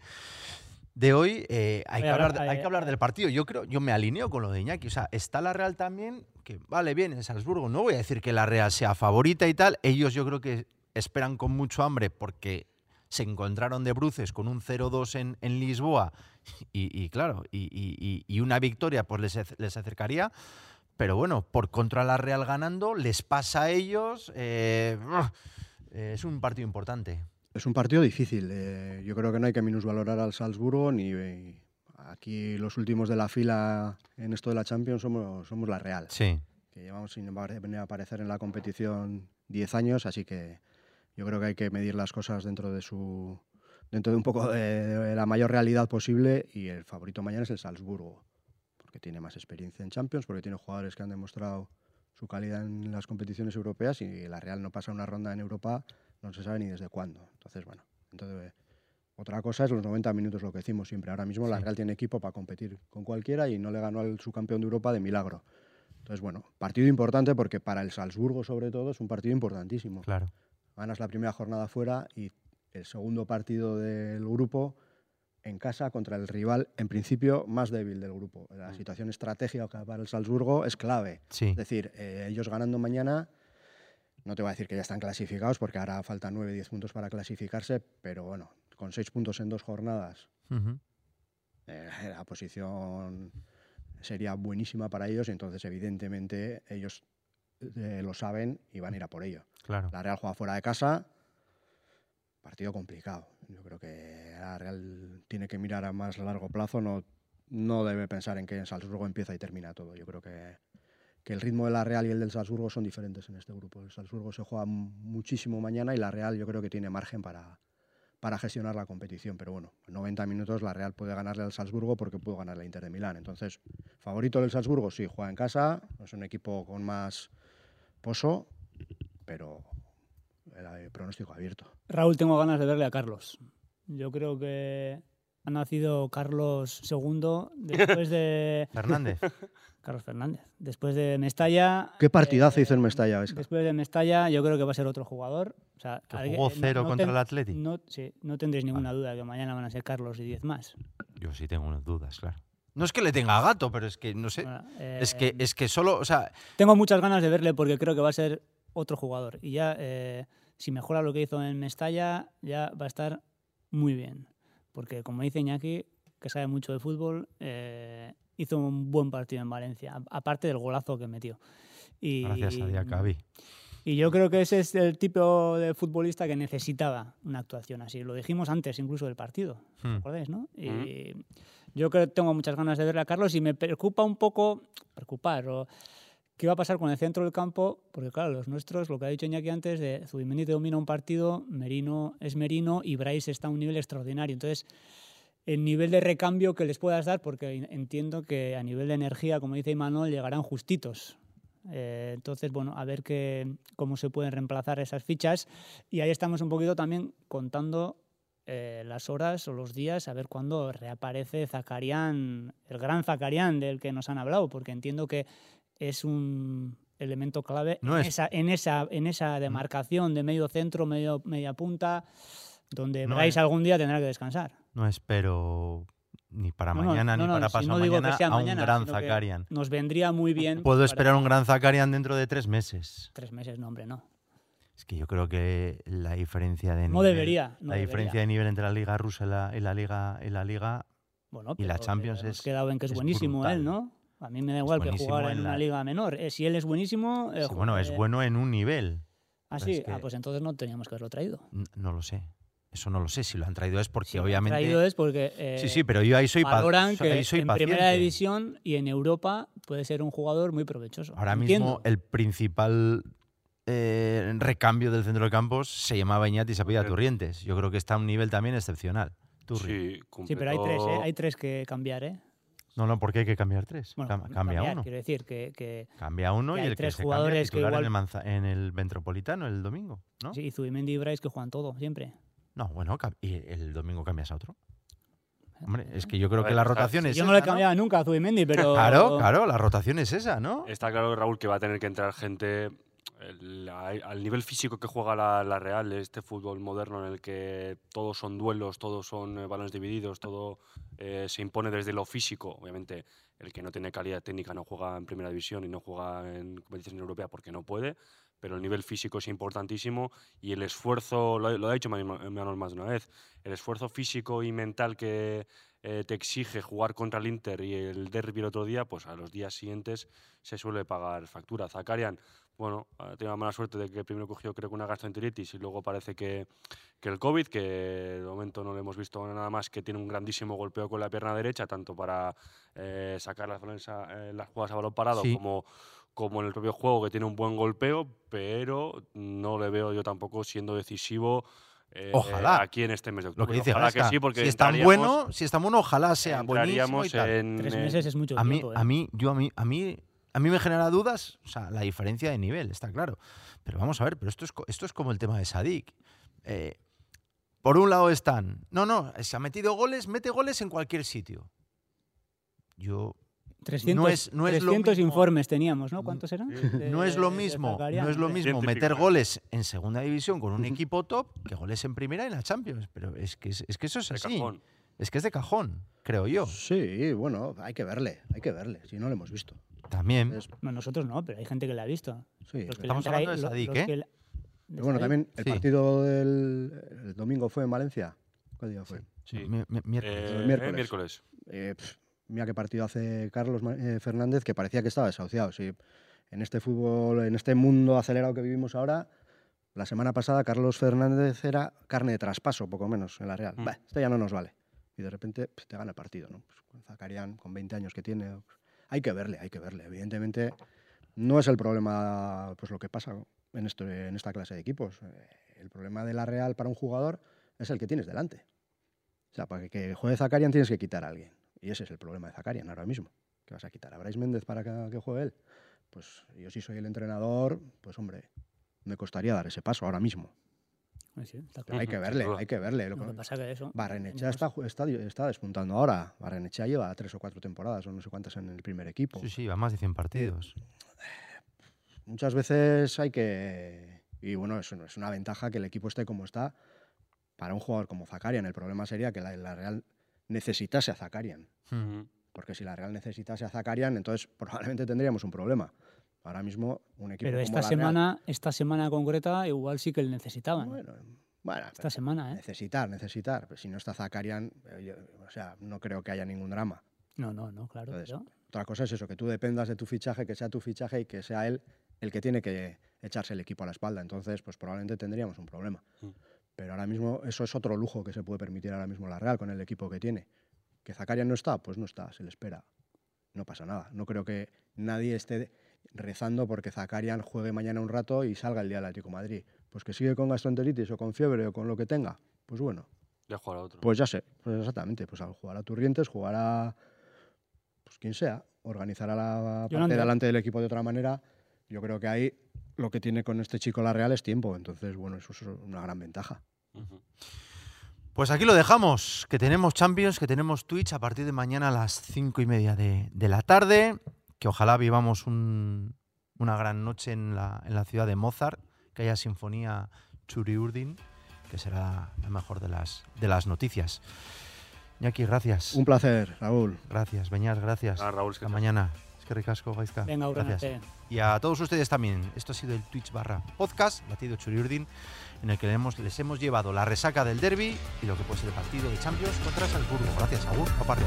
de hoy, eh, hay, Oye, que hablar, habrá- de- hay eh, que hablar del partido. Yo creo, yo me alineo con lo de Iñaki. O sea, está la Real también, que vale bien en Salzburgo. No voy a decir que la Real sea favorita y tal. Ellos yo creo que esperan con mucho hambre porque se encontraron de bruces con un cero dos en, en Lisboa y, y claro, y, y- y- y una victoria pues les, ac- les acercaría. Pero bueno, por contra la Real ganando, les pasa a ellos. eh, eh, es un partido importante. Es un partido difícil. Eh, yo creo que no hay que minusvalorar al Salzburgo ni... Eh, aquí los últimos de la fila en esto de la Champions somos, somos la Real. Sí. Que llevamos sin venir a aparecer en la competición diez años, así que yo creo que hay que medir las cosas dentro de su dentro de un poco de, de la mayor realidad posible, y el favorito mañana es el Salzburgo, porque tiene más experiencia en Champions, porque tiene jugadores que han demostrado su calidad en las competiciones europeas, y la Real no pasa una ronda en Europa, no se sabe ni desde cuándo. Entonces, bueno, entonces, otra cosa es los noventa minutos, lo que decimos siempre. Ahora mismo sí. La Real tiene equipo para competir con cualquiera y no le ganó al subcampeón de Europa de milagro. Entonces, bueno, partido importante porque para el Salzburgo, sobre todo, es un partido importantísimo. Claro. Ganas la primera jornada fuera y el segundo partido del grupo en casa contra el rival, en principio, más débil del grupo. La situación estratégica para el Salzburgo es clave. Sí. Es decir, eh, ellos ganando mañana, no te voy a decir que ya están clasificados, porque ahora faltan nueve, diez puntos para clasificarse, pero bueno, con seis puntos en dos jornadas, uh-huh. eh, la posición sería buenísima para ellos, y entonces evidentemente ellos eh, lo saben y van a ir a por ello. Claro. La Real juega fuera de casa, partido complicado. Yo creo que la Real tiene que mirar a más largo plazo, no, no debe pensar en que en Salzburgo empieza y termina todo. Yo creo que, que el ritmo de la Real y el del Salzburgo son diferentes en este grupo. El Salzburgo se juega muchísimo mañana y la Real yo creo que tiene margen para, para gestionar la competición, pero bueno, en noventa minutos la Real puede ganarle al Salzburgo porque pudo ganarle al Inter de Milán. Entonces, favorito del Salzburgo, sí, juega en casa, es un equipo con más pozo, pero el pronóstico abierto. Raúl, tengo ganas de verle a Carlos. Yo creo que ha nacido Carlos segundo después de... Fernández. Carlos Fernández. Después de Mestalla... ¿Qué partidazo eh, hizo en Mestalla? Vesca? Después de Mestalla yo creo que va a ser otro jugador. O sea, que jugó cero no, no contra ten, el Atleti. No, sí, no tendréis ninguna duda que mañana van a ser Carlos y diez más. Yo sí tengo unas dudas, claro. No es que le tenga gato, pero es que no sé. Bueno, eh, es que es que solo, o sea, tengo muchas ganas de verle porque creo que va a ser otro jugador. Y ya, eh, si mejora lo que hizo en Mestalla, ya va a estar muy bien. Porque, como dice Iñaki, que sabe mucho de fútbol, eh, hizo un buen partido en Valencia, aparte del golazo que metió. Y, Gracias a Diacabí. Y yo creo que ese es el tipo de futbolista que necesitaba una actuación así. Lo dijimos antes incluso del partido, hmm. ¿os acordáis, no? Y hmm. yo creo que tengo muchas ganas de verle a Carlos y me preocupa un poco, preocupar, o qué va a pasar con el centro del campo, porque claro, los nuestros, lo que ha dicho Iñaki antes, de Zubimendi te domina un partido, Merino es Merino y Brais está a un nivel extraordinario. Entonces, el nivel de recambio que les puedas dar, porque entiendo que a nivel de energía, como dice Imanol, llegarán justitos. Eh, entonces, bueno, a ver qué, cómo se pueden reemplazar esas fichas. Y ahí estamos un poquito también contando eh, las horas o los días, a ver cuándo reaparece Zakarian, el gran Zakarian del que nos han hablado, porque entiendo que es un elemento clave no en, es... esa, en, esa, en esa demarcación de medio centro, medio, media punta, donde no Brais es... algún día tendrá que descansar. No espero ni para no, mañana no, ni no, para si pasado no digo mañana que sea a mañana, un gran sino que Zakarian. Nos vendría muy bien. Puedo para... esperar un gran Zakarian dentro de tres meses. Tres meses, no, hombre, no. Es que yo creo que la diferencia de nivel, no debería, no la debería. diferencia de nivel entre la liga rusa y la, y la liga y la liga bueno, y la Champions es quedado en que es, es buenísimo brutal. Él, ¿no? A mí me da igual que jugara en, en una la... liga menor. Eh, si él es buenísimo... Eh, sí, bueno, es bueno en un nivel. ¿Ah, sí? Es que... Ah, pues entonces no teníamos que haberlo traído. No, no lo sé. Eso no lo sé. Si lo han traído es porque si obviamente... lo han traído es porque... Eh, sí, sí, pero yo ahí soy, valoran pa... que ahí soy en paciente. primera división y en Europa puede ser un jugador muy provechoso. Ahora Entiendo. mismo el principal eh, recambio del centro de campos se llamaba Iñaki y se apellida Turrientes. Yo creo que está a un nivel también excepcional. Sí, sí, pero hay tres, ¿eh? Hay tres que cambiar, ¿eh? No, no, porque hay que cambiar tres. Bueno, Cam- cambia cambiar, uno. Quiero decir que, que cambia uno que y hay el tres que se jugadores cambia titular que igual... en, el Manza- en el Metropolitano el domingo, ¿no? Sí, y Zubimendi y Brais que juegan todo, siempre. No, bueno, y el domingo cambias a otro. Hombre, es que yo creo que la rotación es Yo esa, no le cambiaba ¿no? nunca a Zubimendi, pero... Claro, claro, la rotación es esa, ¿no? Está claro, Raúl, que va a tener que entrar gente... El, al nivel físico que juega la, la Real, este fútbol moderno en el que todos son duelos, todos son eh, balones divididos, todo eh, se impone desde lo físico. Obviamente, el que no tiene calidad técnica no juega en primera división y no juega en competición europea porque no puede, pero el nivel físico es importantísimo y el esfuerzo, lo, lo ha dicho Manuel más de una vez, el esfuerzo físico y mental que eh, te exige jugar contra el Inter y el derbi el otro día, pues a los días siguientes se suele pagar factura. Zakarian, bueno, ha tenido la mala suerte de que primero cogió creo que una gastroenteritis y luego parece que, que el COVID, que de momento no le hemos visto nada más, que tiene un grandísimo golpeo con la pierna derecha, tanto para eh, sacar las, eh, las jugadas a balón parado Sí. como, como en el propio juego, que tiene un buen golpeo, pero no le veo yo tampoco siendo decisivo eh, Ojalá. aquí en este mes de Lo octubre. que dice Ojalá Gasca, que sí, porque si es tan entraríamos- bueno, si es tan bueno, ojalá sea buenísimo y entraríamos tal. en, Tres en- meses es mucho A mí, tiempo. ¿eh? a mí, yo a mí, a mí, a mí me genera dudas, o sea, la diferencia de nivel, está claro. Pero vamos a ver, pero esto es, co- esto es como el tema de Sadik. Eh, por un lado están, no, no, se ha metido goles, mete goles en cualquier sitio. Yo, trescientos, no es- no es lo trescientos mismo. informes teníamos, ¿no? ¿Cuántos eran? Sí. De- no es lo de mismo, Zakarian, no es lo hombre. mismo Ciento y meter pico. goles en segunda división con un equipo top que goles en primera y en la Champions. Pero es que, es, es que eso es de así. cajón. Es que es de cajón, creo yo. Sí, bueno, hay que verle, hay que verle, si no lo hemos visto. También. Es- No, nosotros no, pero hay gente que la ha visto. sí, Los que Estamos le han hablando de traído- Sadik, los ¿eh? que la- de Pero bueno, Sadik. también el Sí. partido del el domingo fue en Valencia. ¿Cuál día fue? Sí. Mi- mi- miércoles. Eh, El miércoles. eh, miércoles. Eh, pf, mira qué partido hace Carlos Ma- eh, Fernández, que parecía que estaba desahuciado. Sí. En este fútbol, en este mundo acelerado que vivimos ahora, la semana pasada Carlos Fernández era carne de traspaso, poco menos, en la Real. Mm. Bah, este ya no nos vale. Y de repente pf, te gana el partido, ¿no? Pues con Zakarian, con veinte años que tiene. Pues, hay que verle, hay que verle. Evidentemente, no es el problema pues lo que pasa en, esto, en esta clase de equipos. Eh, El problema de la Real para un jugador es el que tienes delante. O sea, para que, que juegue Zakarian tienes que quitar a alguien. Y ese es el problema de Zakarian ahora mismo. ¿Qué vas a quitar? ¿A Brais Méndez para que, que juegue él? Pues yo si soy el entrenador, pues hombre, me costaría dar ese paso ahora mismo. Pues sí, está Pero claro. hay que Ujú, verle, sin duda. hay que verle. Lo Lo que que- pasa que eso. Barrenechea tenemos- está, ju- está, está despuntando ahora. Barrenechea lleva tres o cuatro temporadas, o no sé cuántas en el primer equipo. Sí, sí, va más de cien partidos. Muchas veces hay que... Y bueno, eso no es una ventaja que el equipo esté como está para un jugador como Zakarian. El problema sería que la, la Real necesitase a Zakarian. Mm. Ujú. Porque si la Real necesitase a Zakarian, entonces probablemente tendríamos un problema. Ahora mismo, un equipo Pero como esta la semana, esta semana concreta, igual sí que le necesitaban. Real... Bueno, bueno, esta semana, ¿eh? necesitar, necesitar. Pero si no está Zakarian, eh, yo- o sea, no creo que haya ningún drama. No, no, no, claro. Entonces, pero- Otra cosa es eso, que tú dependas de tu fichaje, que sea tu fichaje y que sea él el que tiene que echarse el equipo a la espalda. Entonces, pues probablemente tendríamos un problema. Mm. Pero ahora mismo eso es otro lujo que se puede permitir ahora mismo la Real con el equipo que tiene. ¿Que Zakarian no está? Pues no está, se le espera. No pasa nada. No creo que nadie esté rezando porque Zakarian juegue mañana un rato y salga el día del Atlético de Madrid. Pues que sigue con gastroenteritis o con fiebre o con lo que tenga. Pues bueno, Ya jugará otro. pues ya sé, pues exactamente. Pues al jugar a Turrientes, jugará pues quien sea, organizará la parte Yolanda. de delante del equipo de otra manera. Yo creo que ahí lo que tiene con este chico la Real es tiempo. Entonces, bueno, eso es una gran ventaja. Ujú. Pues aquí lo dejamos, que tenemos Champions, que tenemos Twitch a partir de mañana a las cinco y media de, de la tarde, que ojalá vivamos un- una gran noche en la, en la ciudad de Mozart, que haya sinfonía Churiurdin, que será la mejor de las, de las noticias. Iñaki, gracias. Un placer, Raúl. Gracias, Beñat, gracias. Ah, Raúl, es que Hasta mañana. Es que ricasco, Gaizka. Venga, gracias. Urrenate. Y a todos ustedes también. Esto ha sido el Twitch barra podcast, Latido Churiurdin, en el que le hemos- les hemos llevado la resaca del derbi y lo que puede ser el partido de Champions contra Salzburgo. Gracias, Agur. Paparreal.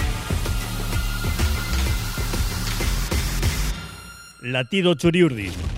Latido Churiurdin.